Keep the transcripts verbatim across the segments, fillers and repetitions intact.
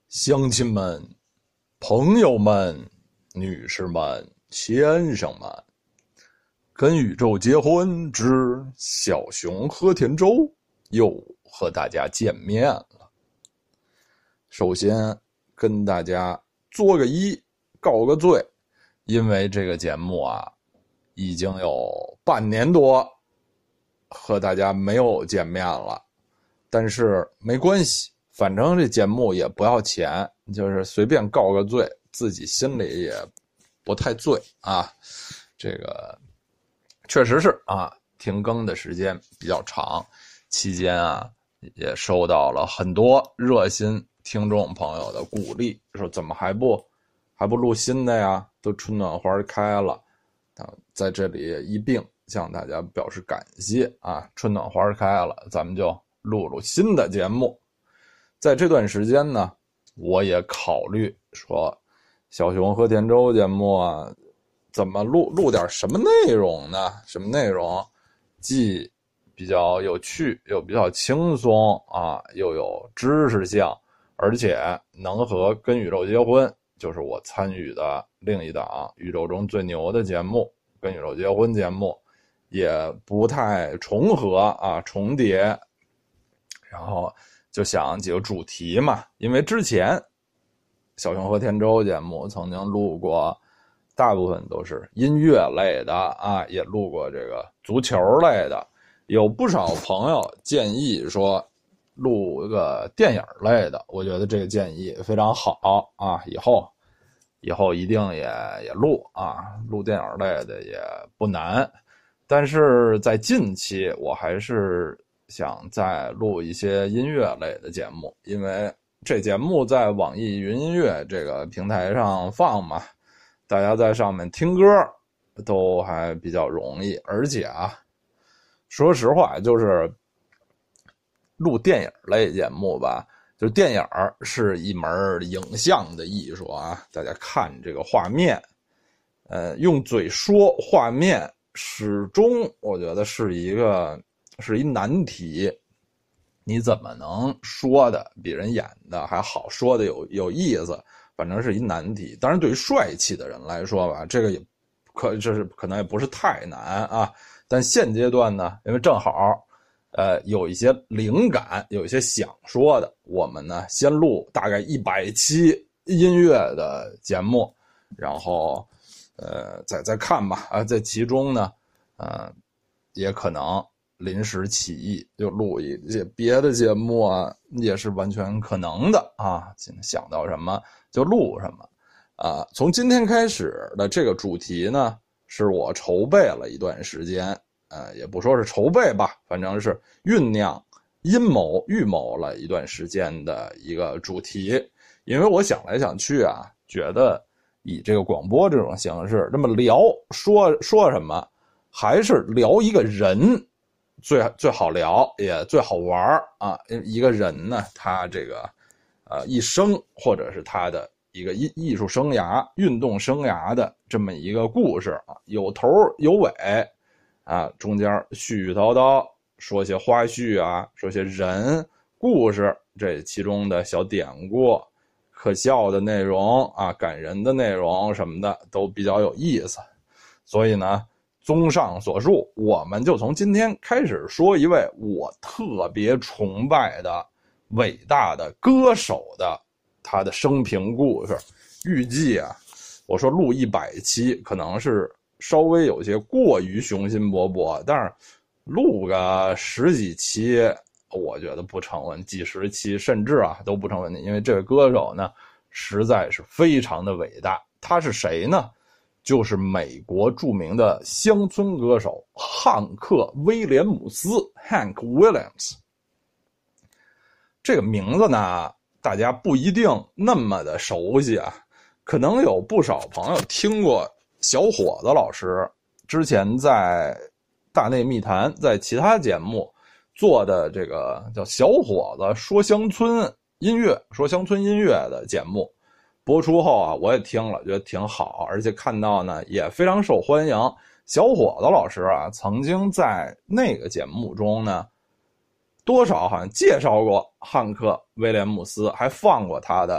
乡亲们、朋友们、女士们、先生们，跟宇宙结婚之小熊喝甜粥又和大家见面了。首先跟大家作个揖，告个罪，因为这个节目啊，已经有半年多和大家没有见面了，但是没关系。反正这节目也不要钱，就是随便告个罪，自己心里也不太醉啊。这个确实是啊，停更的时间比较长，期间啊也收到了很多热心听众朋友的鼓励，说怎么还不还不录新的呀？都春暖花开了，在这里一并向大家表示感谢啊！春暖花开了，咱们就录录新的节目。在这段时间呢，我也考虑说，小熊喝甜粥节目啊，怎么录录点什么内容呢？什么内容既比较有趣，又比较轻松啊，又有知识性，而且能和跟宇宙结婚，就是我参与的另一档宇宙中最牛的节目跟宇宙结婚节目，也不太重合啊，重叠。然后就想几个主题嘛，因为之前小熊喝甜粥节目曾经录过，大部分都是音乐类的啊，也录过这个足球类的，有不少朋友建议说录一个电影类的，我觉得这个建议非常好啊，以后以后一定也也录啊，录电影类的也不难，但是在近期我还是想再录一些音乐类的节目，因为这节目在网易云音乐这个平台上放嘛，大家在上面听歌都还比较容易，而且啊，说实话，就是录电影类节目吧，就是电影是一门影像的艺术啊，大家看这个画面，呃，用嘴说画面，始终我觉得是一个是一难题。你怎么能说的比人演的还好，说的有有意思，反正是一难题。当然对于帅气的人来说吧，这个也可这是可能也不是太难啊，但现阶段呢，因为正好呃有一些灵感，有一些想说的，我们呢先录大概一百期音乐的节目，然后呃再再看吧啊，在其中呢呃也可能临时起意就录一些别的节目啊，也是完全可能的啊，想到什么就录什么啊。从今天开始的这个主题呢，是我筹备了一段时间，呃，也不说是筹备吧，反正是酝酿、阴谋、预谋了一段时间的一个主题。因为我想来想去啊，觉得以这个广播这种形式这么聊，说说什么，还是聊一个人最最好聊，也最好玩啊！一个人呢，他这个呃一生，或者是他的一个艺艺术生涯、运动生涯的这么一个故事啊，有头有尾啊，中间絮絮叨叨说些花絮啊，说些人故事，这其中的小典故、可笑的内容啊、感人的内容什么的都比较有意思，所以呢。综上所述，我们就从今天开始说一位我特别崇拜的伟大的歌手的他的生平故事。预计啊，我说录一百期可能是稍微有些过于雄心勃勃，但是录个十几期，我觉得不成问题，几十期甚至啊都不成问题，因为这个歌手呢实在是非常的伟大。他是谁呢？就是美国著名的乡村歌手汉克·威廉姆斯 （Hank Williams）。这个名字呢，大家不一定那么的熟悉啊。可能有不少朋友听过小伙子老师之前在大内密谈，在其他节目做的这个叫小伙子说乡村音乐、说乡村音乐的节目。播出后啊，我也听了，觉得挺好，而且看到呢也非常受欢迎。小伙子老师啊，曾经在那个节目中呢，多少好像介绍过汉克·威廉姆斯，还放过他的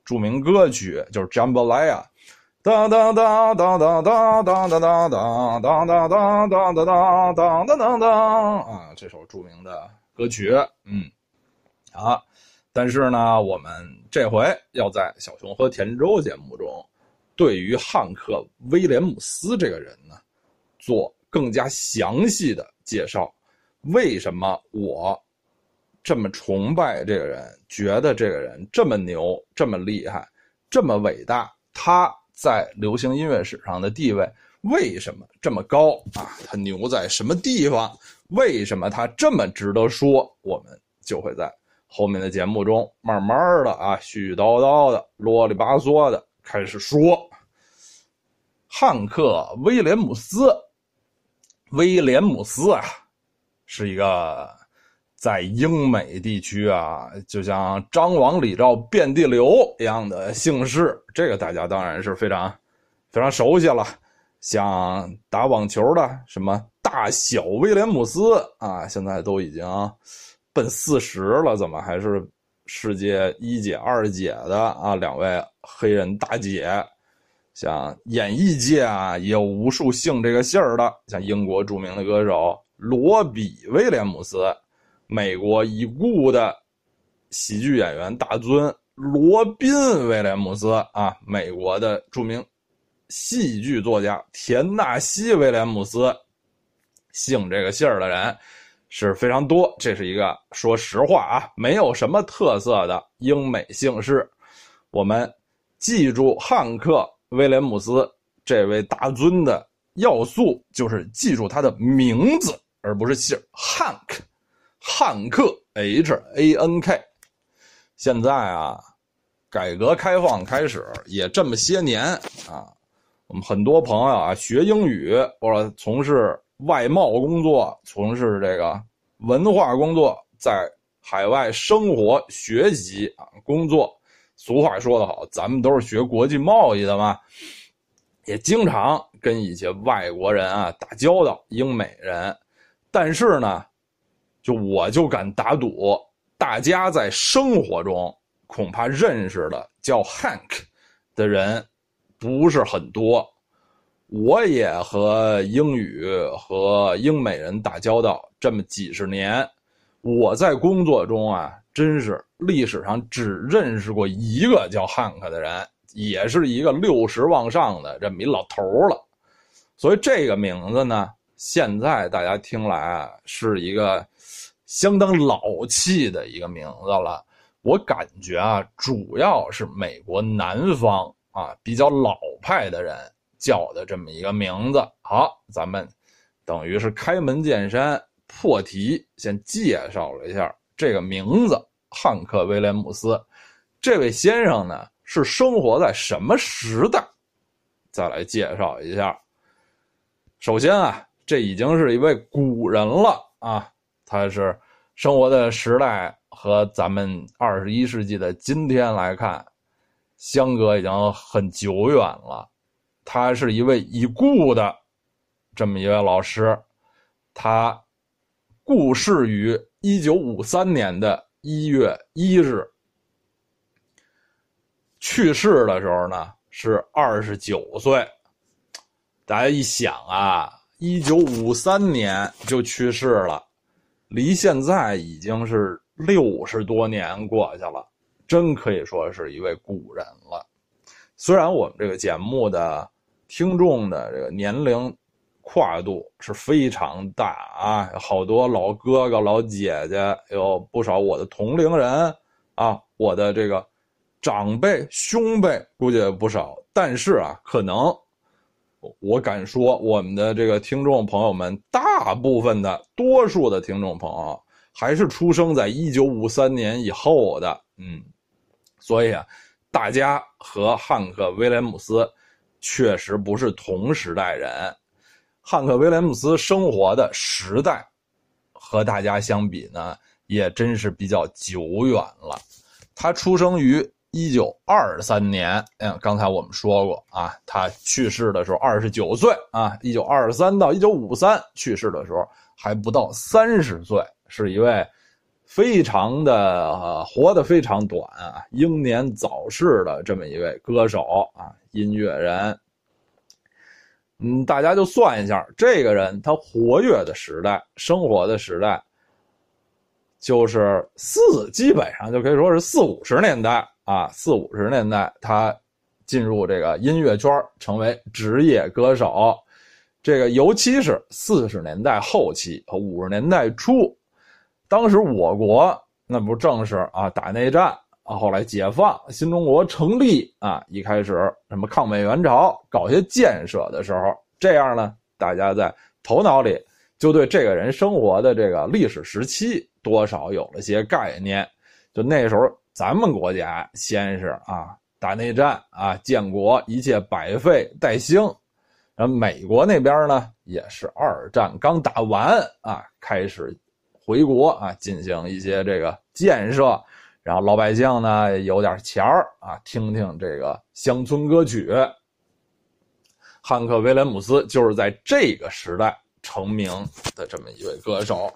著名歌曲就是《Jambalaya》。当当当当当当当当当当当当当当当当当当当啊，这首著名的歌曲，嗯，啊，但是呢，我们这回要在小熊和田周节目中，对于汉克·威廉姆斯这个人呢，做更加详细的介绍。为什么我这么崇拜这个人，觉得这个人这么牛，这么厉害，这么伟大？他在流行音乐史上的地位为什么这么高啊？他牛在什么地方？为什么他这么值得说？我们就会在后面的节目中慢慢的啊，絮絮叨叨的，啰里吧嗦的开始说。汉克·威廉姆斯，威廉姆斯啊，是一个在英美地区啊，就像张王李赵遍地流一样的姓氏，这个大家当然是非常非常熟悉了。像打网球的什么大小威廉姆斯啊，现在都已经奔四十了，怎么还是世界一姐二姐的啊？两位黑人大姐。像演艺界啊，也有无数姓这个姓儿的，像英国著名的歌手罗比·威廉姆斯，美国已故的喜剧演员大尊罗宾·威廉姆斯啊，美国的著名戏剧作家田纳西·威廉姆斯，姓这个姓儿的人是非常多。这是一个说实话啊，没有什么特色的英美姓氏。我们记住汉克威廉姆斯这位大尊的要素，就是记住他的名字，而不是姓汉克，汉克 H A N K。 现在啊，改革开放开始也这么些年啊，我们很多朋友啊学英语或者从事外贸工作，从事这个文化工作，在海外生活学习啊工作。俗话说得好，咱们都是学国际贸易的嘛，也经常跟一些外国人啊打交道，英美人。但是呢，就我就敢打赌，大家在生活中恐怕认识的叫 Hank 的人不是很多。我也和英语和英美人打交道这么几十年，我在工作中啊，真是历史上只认识过一个叫汉克的人，也是一个六十往上的这么一老头了。所以这个名字呢，现在大家听来啊，是一个相当老气的一个名字了。我感觉啊，主要是美国南方啊比较老派的人叫的这么一个名字。好，咱们等于是开门见山破题，先介绍了一下这个名字汉克·威廉姆斯。这位先生呢，是生活在什么时代？再来介绍一下。首先啊，这已经是一位古人了啊，他是生活的时代和咱们二十一世纪的今天来看，相隔已经很久远了。他是一位已故的这么一位老师，他故世于一九五三年的一月一日，去世的时候呢是二十九岁。大家一想啊，一九五三年就去世了，离现在已经是六十多年过去了，真可以说是一位古人了。虽然我们这个节目的听众的这个年龄跨度是非常大啊，有好多老哥哥老姐姐，有不少我的同龄人啊，我的这个长辈兄辈估计也不少，但是啊，可能我敢说我们的这个听众朋友们，大部分的多数的听众朋友还是出生在一九五三年以后的。嗯，所以啊，大家和汉克·威廉姆斯确实不是同时代人。汉克·威廉姆斯生活的时代和大家相比呢，也真是比较久远了。他出生于一九二三年，嗯，刚才我们说过啊，他去世的时候二十九岁啊，一九二三到一九五三去世的时候还不到三十岁，是一位非常的、呃、活得非常短啊，英年早逝的这么一位歌手啊，音乐人。嗯，大家就算一下，这个人他活跃的时代，生活的时代，就是四，基本上就可以说是四五十年代啊，四五十年代他进入这个音乐圈，成为职业歌手。这个尤其是四十年代后期和五十年代初，当时我国那不正是啊打内战啊，后来解放，新中国成立啊，一开始什么抗美援朝，搞些建设的时候，这样呢，大家在头脑里就对这个人生活的这个历史时期多少有了些概念。就那时候咱们国家先是啊打内战啊，建国一切百废待兴，然后美国那边呢也是二战刚打完啊，开始回国啊进行一些这个建设，然后老百姓呢有点钱儿啊，听听这个乡村歌曲。汉克·威廉姆斯就是在这个时代成名的这么一位歌手。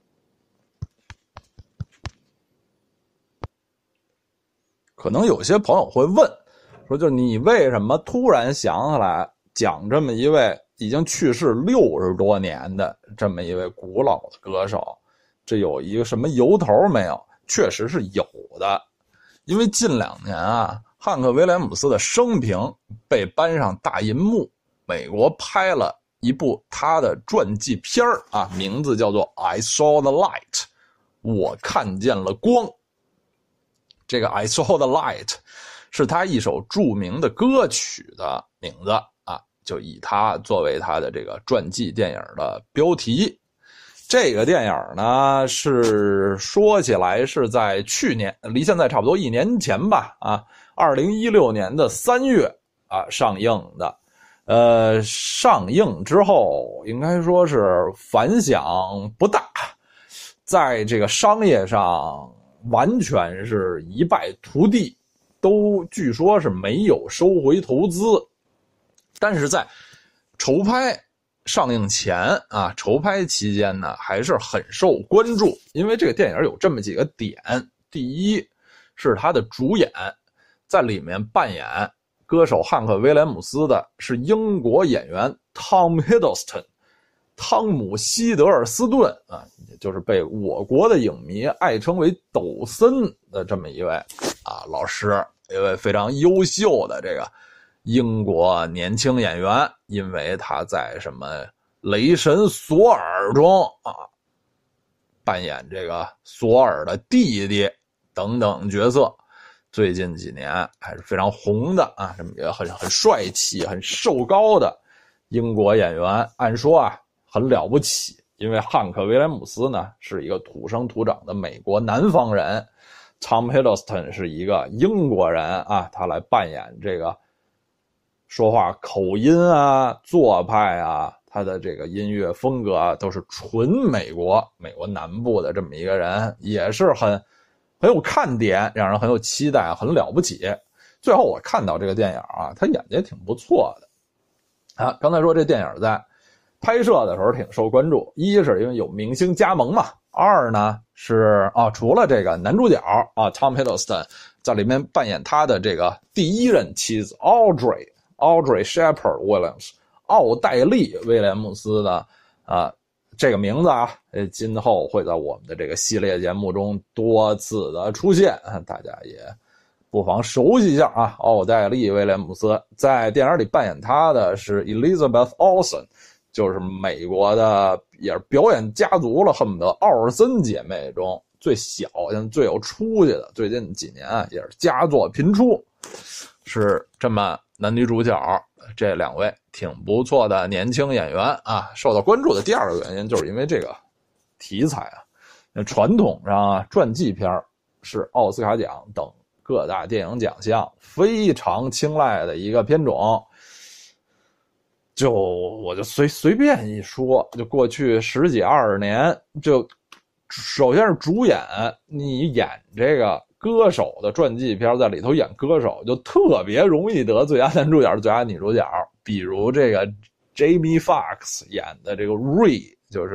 可能有些朋友会问说，就你为什么突然想起来讲这么一位已经去世六十多年的这么一位古老的歌手，这有一个什么由头没有？确实是有的。因为近两年啊，汉克·威廉姆斯的生平被搬上大银幕，美国拍了一部他的传记片啊，名字叫做 I Saw the Light， 我看见了光。这个 I Saw the Light 是他一首著名的歌曲的名字啊，就以他作为他的这个传记电影的标题。这个电影呢，是说起来是在去年，离现在差不多一年前吧，啊，二零一六年的三月啊上映的。呃，上映之后应该说是反响不大，在这个商业上完全是一败涂地，都据说是没有收回投资。但是在筹拍上映前啊，筹拍期间呢，还是很受关注，因为这个电影有这么几个点。第一是他的主演在里面扮演歌手汉克·威廉姆斯的是英国演员 Tom Hiddleston， 汤姆·希德尔斯顿啊，也就是被我国的影迷爱称为抖森的这么一位啊老师，一位非常优秀的这个英国年轻演员，因为他在什么雷神索尔中啊扮演这个索尔的弟弟等等角色，最近几年还是非常红的啊，这么一个很很帅气、很瘦高的英国演员。按说啊很了不起，因为汉克·威廉姆斯呢是一个土生土长的美国南方人， Tom Hiddleston 是一个英国人啊，他来扮演这个说话口音啊、做派啊，他的这个音乐风格啊都是纯美国美国南部的这么一个人，也是很很有看点，让人很有期待，很了不起。最后我看到这个电影啊，他演的也挺不错的啊。刚才说这电影在拍摄的时候挺受关注，一是因为有明星加盟嘛，二呢是啊，除了这个男主角啊 Tom Hiddleston 在里面扮演他的这个第一任妻子 Audrey Audrey Shepard Williams 奥黛丽·威廉姆斯的啊这个名字啊，呃，今后会在我们的这个系列节目中多次的出现，大家也不妨熟悉一下啊。奥黛丽·威廉姆斯在电影里扮演她的是 Elizabeth Olsen， 就是美国的也是表演家族了，恨不得奥尔森姐妹中最小、最有出息的，最近几年啊也是佳作频出，是这么男女主角这两位挺不错的年轻演员啊。受到关注的第二个原因就是因为这个题材啊，传统上啊传记片是奥斯卡奖等各大电影奖项非常青睐的一个片种。就我就随随便一说，就过去十几二十年，就首先是主演，你演这个歌手的传记片，在里头演歌手就特别容易得最佳男主角、最佳女主角。比如这个 Jamie Foxx 演的这个 Ray， 就是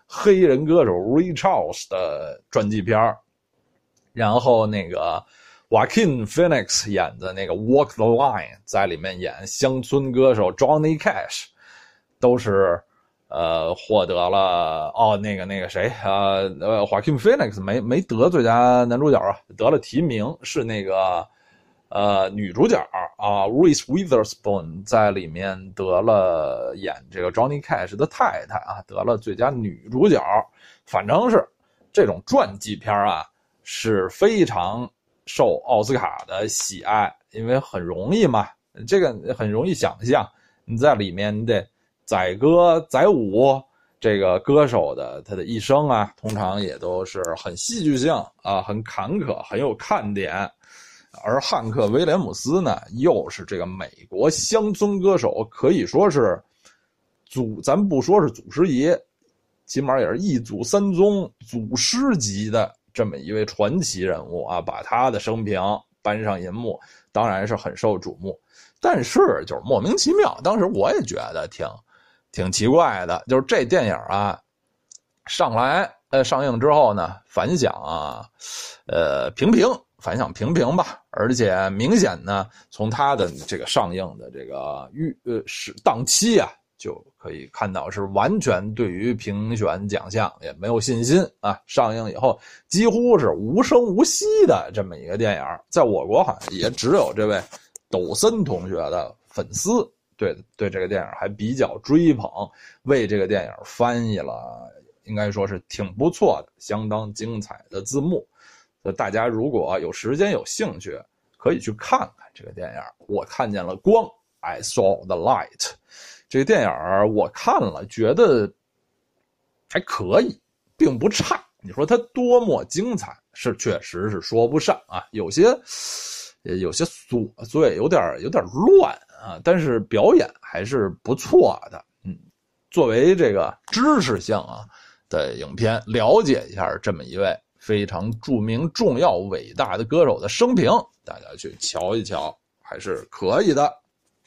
黑人歌手 Ray Charles 的传记片，然后那个 Joaquin Phoenix 演的那个 Walk the Line 在里面演乡村歌手 Johnny Cash， 都是呃获得了哦那个那个谁呃呃 Joaquin Phoenix 没没得最佳男主角啊，得了提名，是那个呃女主角啊 Reese Witherspoon 在里面得了演这个 Johnny Cash 的太太啊，得了最佳女主角。反正是这种传记片啊是非常受奥斯卡的喜爱，因为很容易嘛，这个很容易想象，你在里面你得载歌载舞，这个歌手的他的一生啊，通常也都是很戏剧性啊，很坎坷，很有看点。而汉克·威廉姆斯呢，又是这个美国乡村歌手，可以说是祖，咱不说是祖师爷，起码也是一祖三宗、祖师级的这么一位传奇人物啊，把他的生平搬上银幕，当然是很受瞩目。但是就是莫名其妙，当时我也觉得挺挺奇怪的，就是这电影啊上来呃上映之后呢，反响啊呃平平，反响平平吧，而且明显呢，从它的这个上映的这个预呃是档期啊，就可以看到是完全对于评选奖项也没有信心啊。上映以后几乎是无声无息的这么一个电影，在我国好像也只有这位抖森同学的粉丝对对这个电影还比较追捧，为这个电影翻译了应该说是挺不错的、相当精彩的字幕。所以大家如果有时间有兴趣，可以去看看这个电影。我看见了光 ，I saw the light。这个电影我看了，觉得还可以，并不差。你说它多么精彩，是确实是说不上啊。有些有些琐碎，有点有点乱啊，但是表演还是不错的。嗯，作为这个知识性啊的影片，了解一下这么一位非常著名、重要、伟大的歌手的生平，大家去瞧一瞧，还是可以的。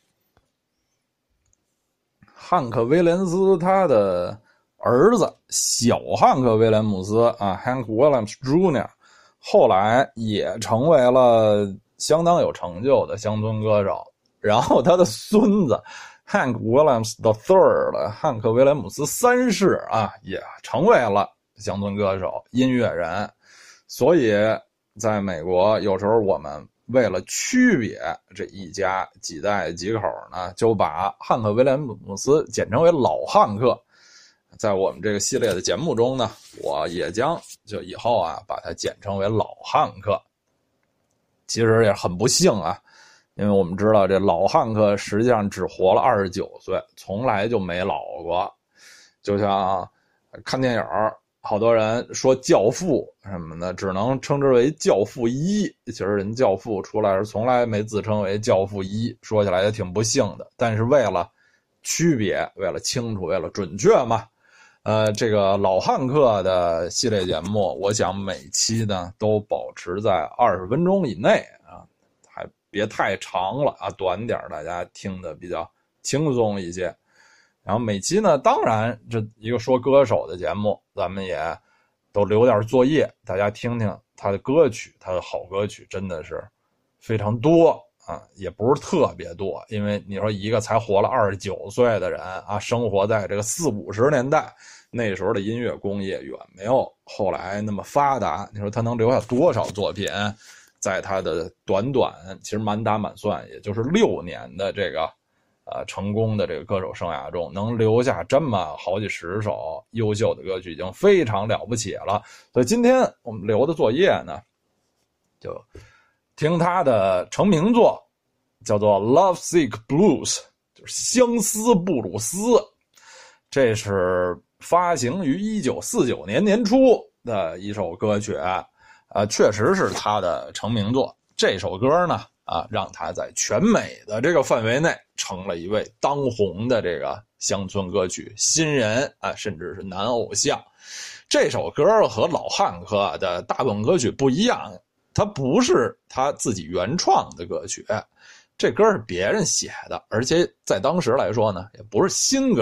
汉克·威廉斯他的儿子小汉克·威廉姆斯啊 ，Hank Williams Junior 后来也成为了相当有成就的乡村歌手。然后他的孙子 Hank Williams the Third 汉克·威廉姆斯三世啊，也成为了乡村歌手、音乐人。所以在美国，有时候我们为了区别这一家几代几口呢，就把汉克·威廉姆斯简称为老汉克。在我们这个系列的节目中呢，我也将就以后啊把它简称为老汉克。其实也很不幸啊，因为我们知道这老汉克实际上只活了二十九岁，从来就没老过。就像看电影，好多人说教父什么的，只能称之为教父一，其实人教父出来是从来没自称为教父一，说起来也挺不幸的。但是为了区别，为了清楚，为了准确嘛，呃，这个老汉克的系列节目，我想每期呢都保持在二十分钟以内啊，还别太长了啊，短点大家听得比较轻松一些。然后每期呢，当然这一个说歌手的节目，咱们也都留点作业，大家听听他的歌曲，他的好歌曲真的是非常多啊，也不是特别多，因为你说一个才活了二十九岁的人啊，生活在这个四五十年代，那时候的音乐工业远没有后来那么发达，你说他能留下多少作品？在他的短短其实满打满算也就是六年的这个呃，成功的这个歌手生涯中，能留下这么好几十首优秀的歌曲，已经非常了不起了。所以今天我们留的作业呢，就听他的成名作，叫做《Love Sick Blues》，就是相思布鲁斯。这是发行于一九四九年年初的一首歌曲，呃，确实是他的成名作。这首歌呢，啊，让他在全美的这个范围内成了一位当红的这个乡村歌曲新人啊，甚至是男偶像。这首歌和老汉克的大部分歌曲不一样，它不是他自己原创的歌曲，这歌是别人写的，而且在当时来说呢，也不是新歌，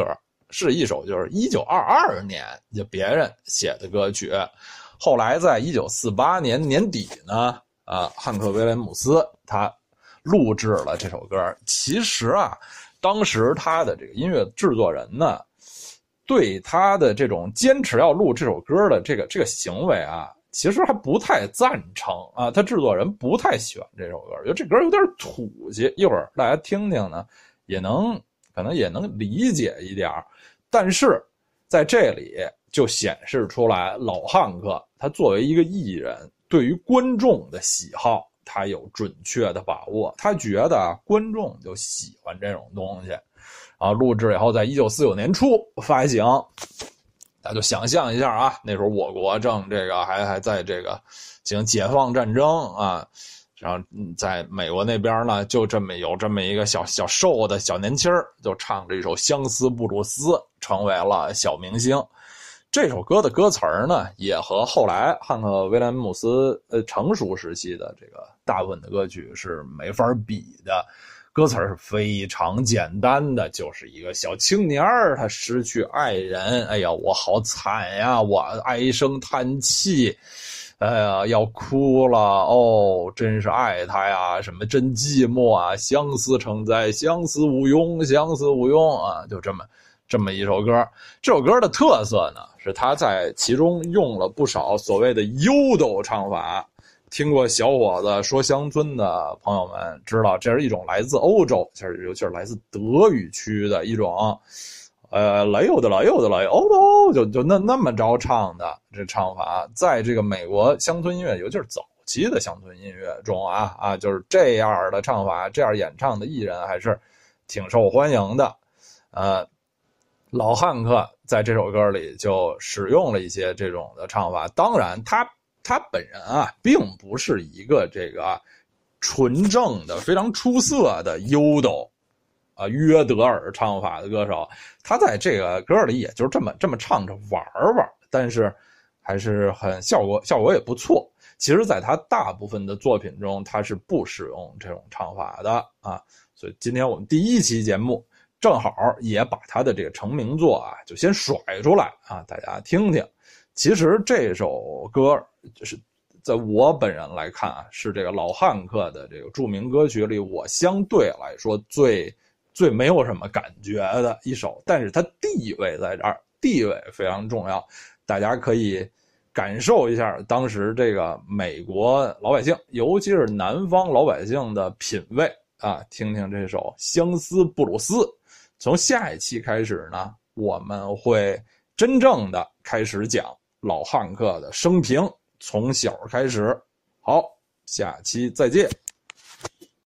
是一首就是一九二二年就别人写的歌曲。后来在一九四八年年底呢，啊，汉克·威廉姆斯他录制了这首歌。其实啊，当时他的这个音乐制作人呢，对他的这种坚持要录这首歌的这个这个行为啊，其实还不太赞成啊。他制作人不太喜欢这首歌，觉得这歌有点土气。一会儿大家听听呢，也能可能也能理解一点。但是在这里就显示出来，老汉克他作为一个艺人，对于观众的喜好他有准确的把握。他觉得啊，观众就喜欢这种东西啊。录制以后，在一九四九年初发行。大家就想象一下啊，那时候我国正这个还还在这个进行解放战争啊，然后在美国那边呢，就这么有这么一个小小瘦的小年轻就唱这首《相思布鲁斯》，成为了小明星。这首歌的歌词呢，也和后来汉克·威廉姆斯呃成熟时期的这个大部分的歌曲是没法比的。歌词是非常简单的，就是一个小青年他失去爱人，哎呀，我好惨呀，我唉声叹气，哎呀，要哭了哦，真是爱他呀，什么真寂寞啊，相思成灾，相思无用，相思无用啊，就这么这么一首歌。这首歌的特色呢，是他在其中用了不少所谓的优斗唱法。听过小伙子说乡村的朋友们知道，这是一种来自欧洲，其实尤其是来自德语区的一种，呃，来有的来有的来欧洲，就就那那么着唱的这唱法，在这个美国乡村音乐，尤其是早期的乡村音乐中啊啊，就是这样的唱法，这样演唱的艺人还是挺受欢迎的。呃，老汉克在这首歌里就使用了一些这种的唱法，当然他。他本人啊，并不是一个这个纯正的、非常出色的优斗啊约德尔唱法的歌手。他在这个歌里也就是这么这么唱着玩玩，但是还是很效果效果也不错。其实，在他大部分的作品中，他是不使用这种唱法的啊。所以今天我们第一期节目正好也把他的这个成名作啊，就先甩出来啊，大家听听。其实这首歌就是在我本人来看啊，是这个老汉克的这个著名歌曲里，我相对来说最最没有什么感觉的一首，但是它地位在这儿，地位非常重要，大家可以感受一下当时这个美国老百姓，尤其是南方老百姓的品味啊，听听这首《相思布鲁斯》。从下一期开始呢，我们会真正的开始讲老汉克的生平，从小开始。好，下期再见。